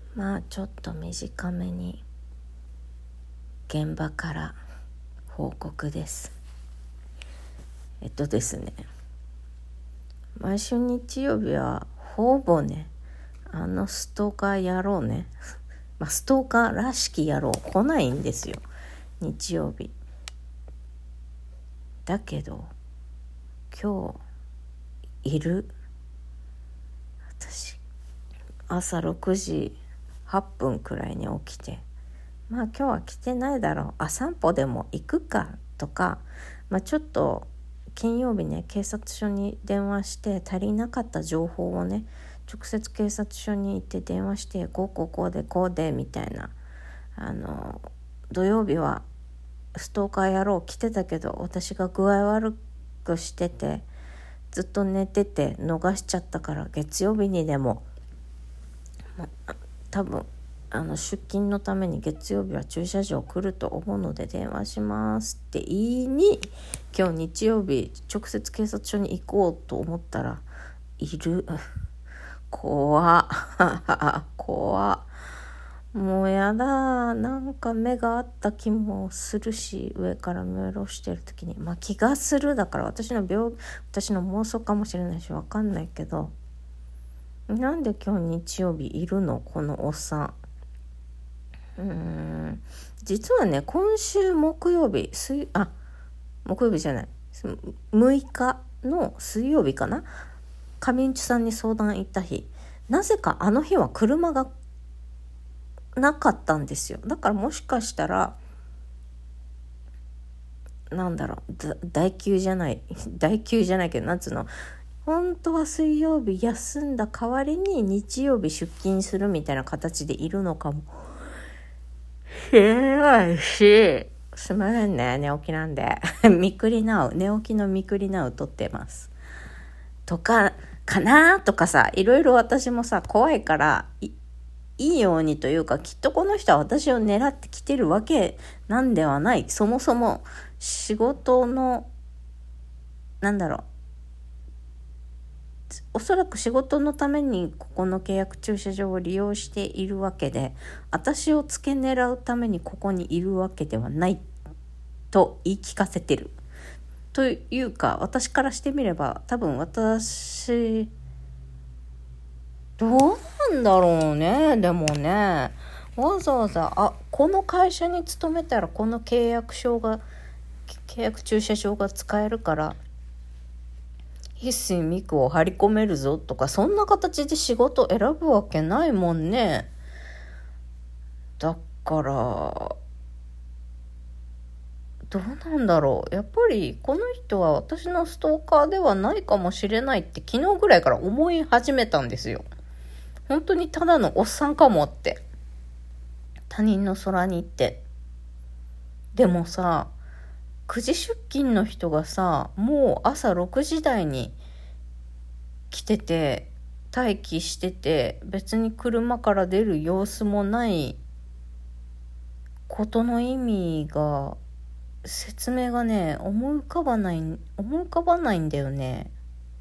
まあちょっと短めに現場から報告です。ですね、毎週日曜日はほぼね、ストーカー野郎ねストーカーらしき野郎来ないんですよ、日曜日。だけど今日いる。私朝6時8分くらいに起きて、今日は来てないだろう、散歩でも行くかとか、ちょっと金曜日ね、警察署に電話して足りなかった情報をね、直接警察署に行って電話して、こうでみたいな、土曜日はストーカー野郎来てたけど、私が具合悪くしててずっと寝てて逃しちゃったから、月曜日にでも多分出勤のために月曜日は駐車場来ると思うので電話しますって言いに、今日日曜日直接警察署に行こうと思ったらいる。怖もうやだ。なんか目があった気もするし、上から見下ろしてる時に気がするだから、私の妄想かもしれないし分かんないけど、なんで今日日曜日いるのこのおっさん。実はね、今週木曜日じゃない6日の水曜日かな、上内さんに相談行った日、なぜかあの日は車がなかったんですよ。だからもしかしたら代休じゃないけど、なんつうの、本当は水曜日休んだ代わりに日曜日出勤するみたいな形でいるのかもしれないし、すみませんね、寝起きなんで寝起きのみくりなう撮ってますとかなとかさ、いろいろ私もさ怖いから、いいようにというか、きっとこの人は私を狙ってきてるわけなんではない。そもそも仕事のおそらく仕事のためにここの契約駐車場を利用しているわけで、私を付け狙うためにここにいるわけではないと言い聞かせてる。というか、私からしてみれば多分私どうなんだろうね。でもね、わざわざこの会社に勤めたらこの契約駐車場が使えるから必須ミクを張り込めるぞとか、そんな形で仕事選ぶわけないもんね。だからどうなんだろう。やっぱりこの人は私のストーカーではないかもしれないって昨日ぐらいから思い始めたんですよ。本当にただのおっさんかもって。他人の空に行って。でもさ、9時出勤の人がさ、もう朝6時台に来てて待機してて、別に車から出る様子もないことの意味が、説明がね、思い浮かばないんだよね。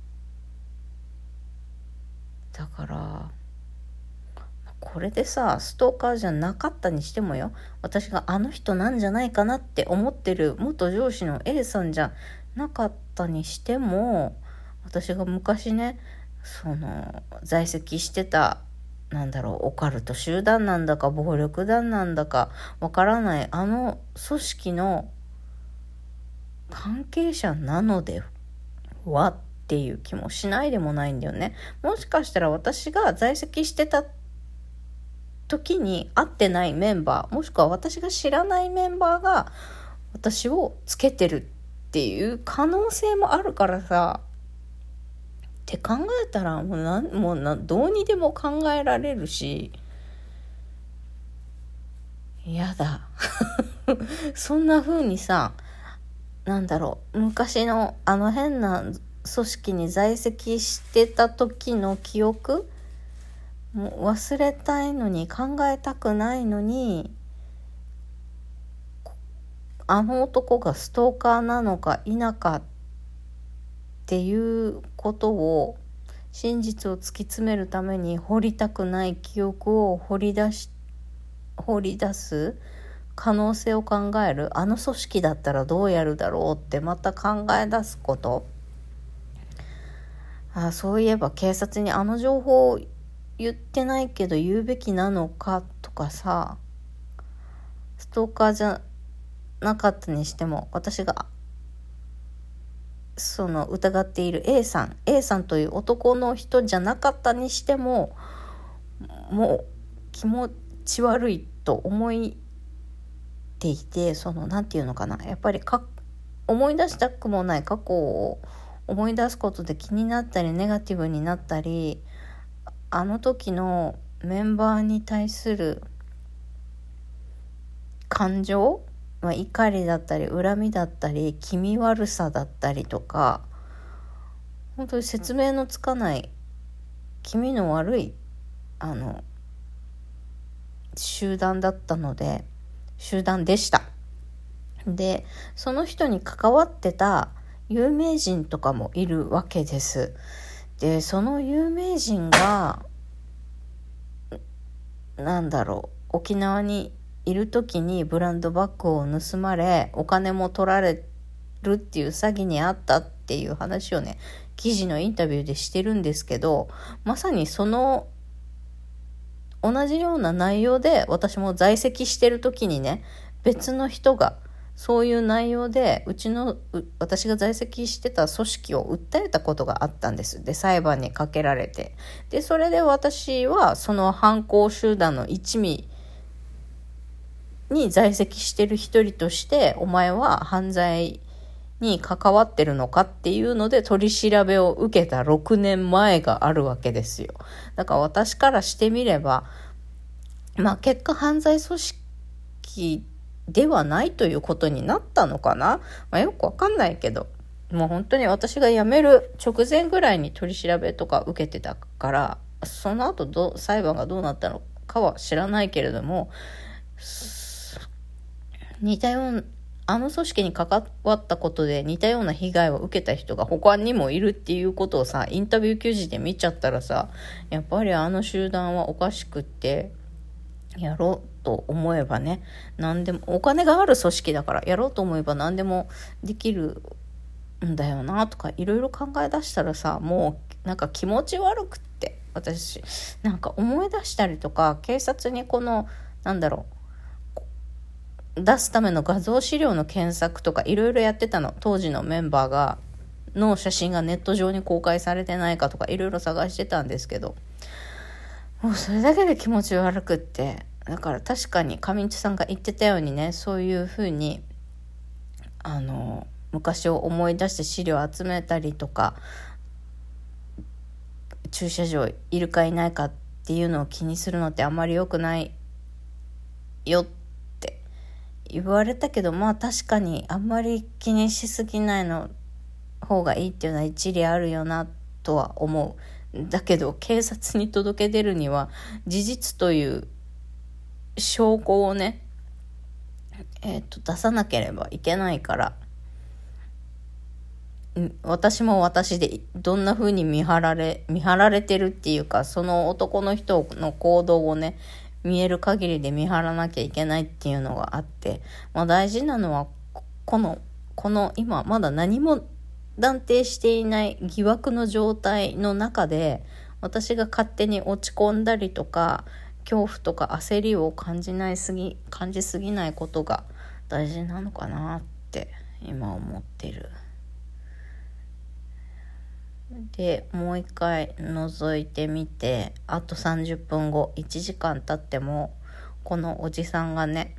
だからこれでさ、ストーカーじゃなかったにしてもよ、私があの人なんじゃないかなって思ってる元上司の A さんじゃなかったにしても、私が昔ね、在籍してたオカルト集団なんだか暴力団なんだかわからないあの組織の関係者なのではっていう気もしないでもないんだよね。もしかしたら私が在籍してた時に会ってないメンバー、もしくは私が知らないメンバーが私をつけてるっていう可能性もあるからさ、って考えたらどうにでも考えられるし、やだそんな風にさ、昔の変な組織に在籍してた時の記憶もう忘れたいのに、考えたくないのに、あの男がストーカーなのか否かっていうことを真実を突き詰めるために掘りたくない記憶を掘り出す可能性を考える。あの組織だったらどうやるだろうってまた考え出すこと。そういえば警察にあの情報を言ってないけど言うべきなのかとかさ、ストーカーじゃなかったにしても、私がその疑っている A さんという男の人じゃなかったにしても、もう気持ち悪いと思っていて、なんていうのかな、やっぱり思い出したくもない過去を思い出すことで気になったりネガティブになったり、あの時のメンバーに対する感情、怒りだったり恨みだったり気味悪さだったりとか、本当に説明のつかない気味の悪い集団でした。で、その人に関わってた有名人とかもいるわけです。で、その有名人が沖縄にいる時にブランドバッグを盗まれ、お金も取られるっていう詐欺にあったっていう話をね、記事のインタビューでしてるんですけど、まさにその同じような内容で私も在籍してる時にね、別の人がそういう内容で私が在籍してた組織を訴えたことがあったんです。で、裁判にかけられて、でそれで私はその犯行集団の一味に在籍してる一人として、お前は犯罪に関わってるのかっていうので取り調べを受けた6年前があるわけですよ。だから私からしてみれば、結果犯罪組織ではないということになったのかな、よくわかんないけど、もう本当に私が辞める直前ぐらいに取り調べとか受けてたから、その後裁判がどうなったのかは知らないけれども、似たようなあの組織に関わったことで似たような被害を受けた人が他にもいるっていうことをさ、インタビュー記事で見ちゃったらさ、やっぱりあの集団はおかしくって、やろうと思えばね、何でも、お金がある組織だからやろうと思えば何でもできるんだよなとか、いろいろ考え出したらさ、もう気持ち悪くって、私思い出したりとか、警察に出すための画像資料の検索とかいろいろやってたの。当時のメンバーの写真がネット上に公開されてないかとかいろいろ探してたんですけど、もうそれだけで気持ち悪くって、だから確かに上地さんが言ってたようにね、そういうふうに昔を思い出して資料を集めたりとか、駐車場いるかいないかっていうのを気にするのってあんまり良くないよって言われたけど、確かにあんまり気にしすぎないの方がいいっていうのは一理あるよなとは思う。だけど警察に届け出るには事実という証拠をね、出さなければいけないから、私も私でどんな風に見張られてるっていうか、その男の人の行動をね、見える限りで見張らなきゃいけないっていうのがあって、大事なのはこの今まだ何も断定していない疑惑の状態の中で、私が勝手に落ち込んだりとか恐怖とか焦りを感じすぎないことが大事なのかなって今思ってる。で、もう一回覗いてみて、あと30分後、1時間経ってもこのおじさんがね、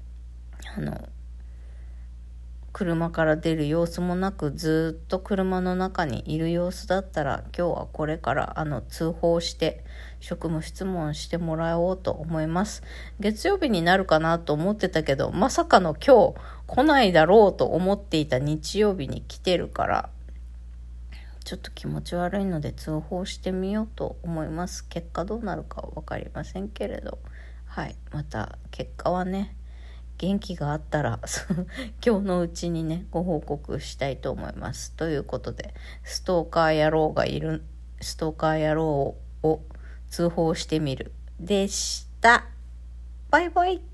車から出る様子もなくずっと車の中にいる様子だったら、今日はこれから通報して職務質問してもらおうと思います。月曜日になるかなと思ってたけど、まさかの今日来ないだろうと思っていた日曜日に来てるから、ちょっと気持ち悪いので通報してみようと思います。結果どうなるかは分かりませんけれど、また結果はね、元気があったら今日のうちにねご報告したいと思います。ということで、ストーカー野郎がいるストーカー野郎を通報してみるでした。バイバイ。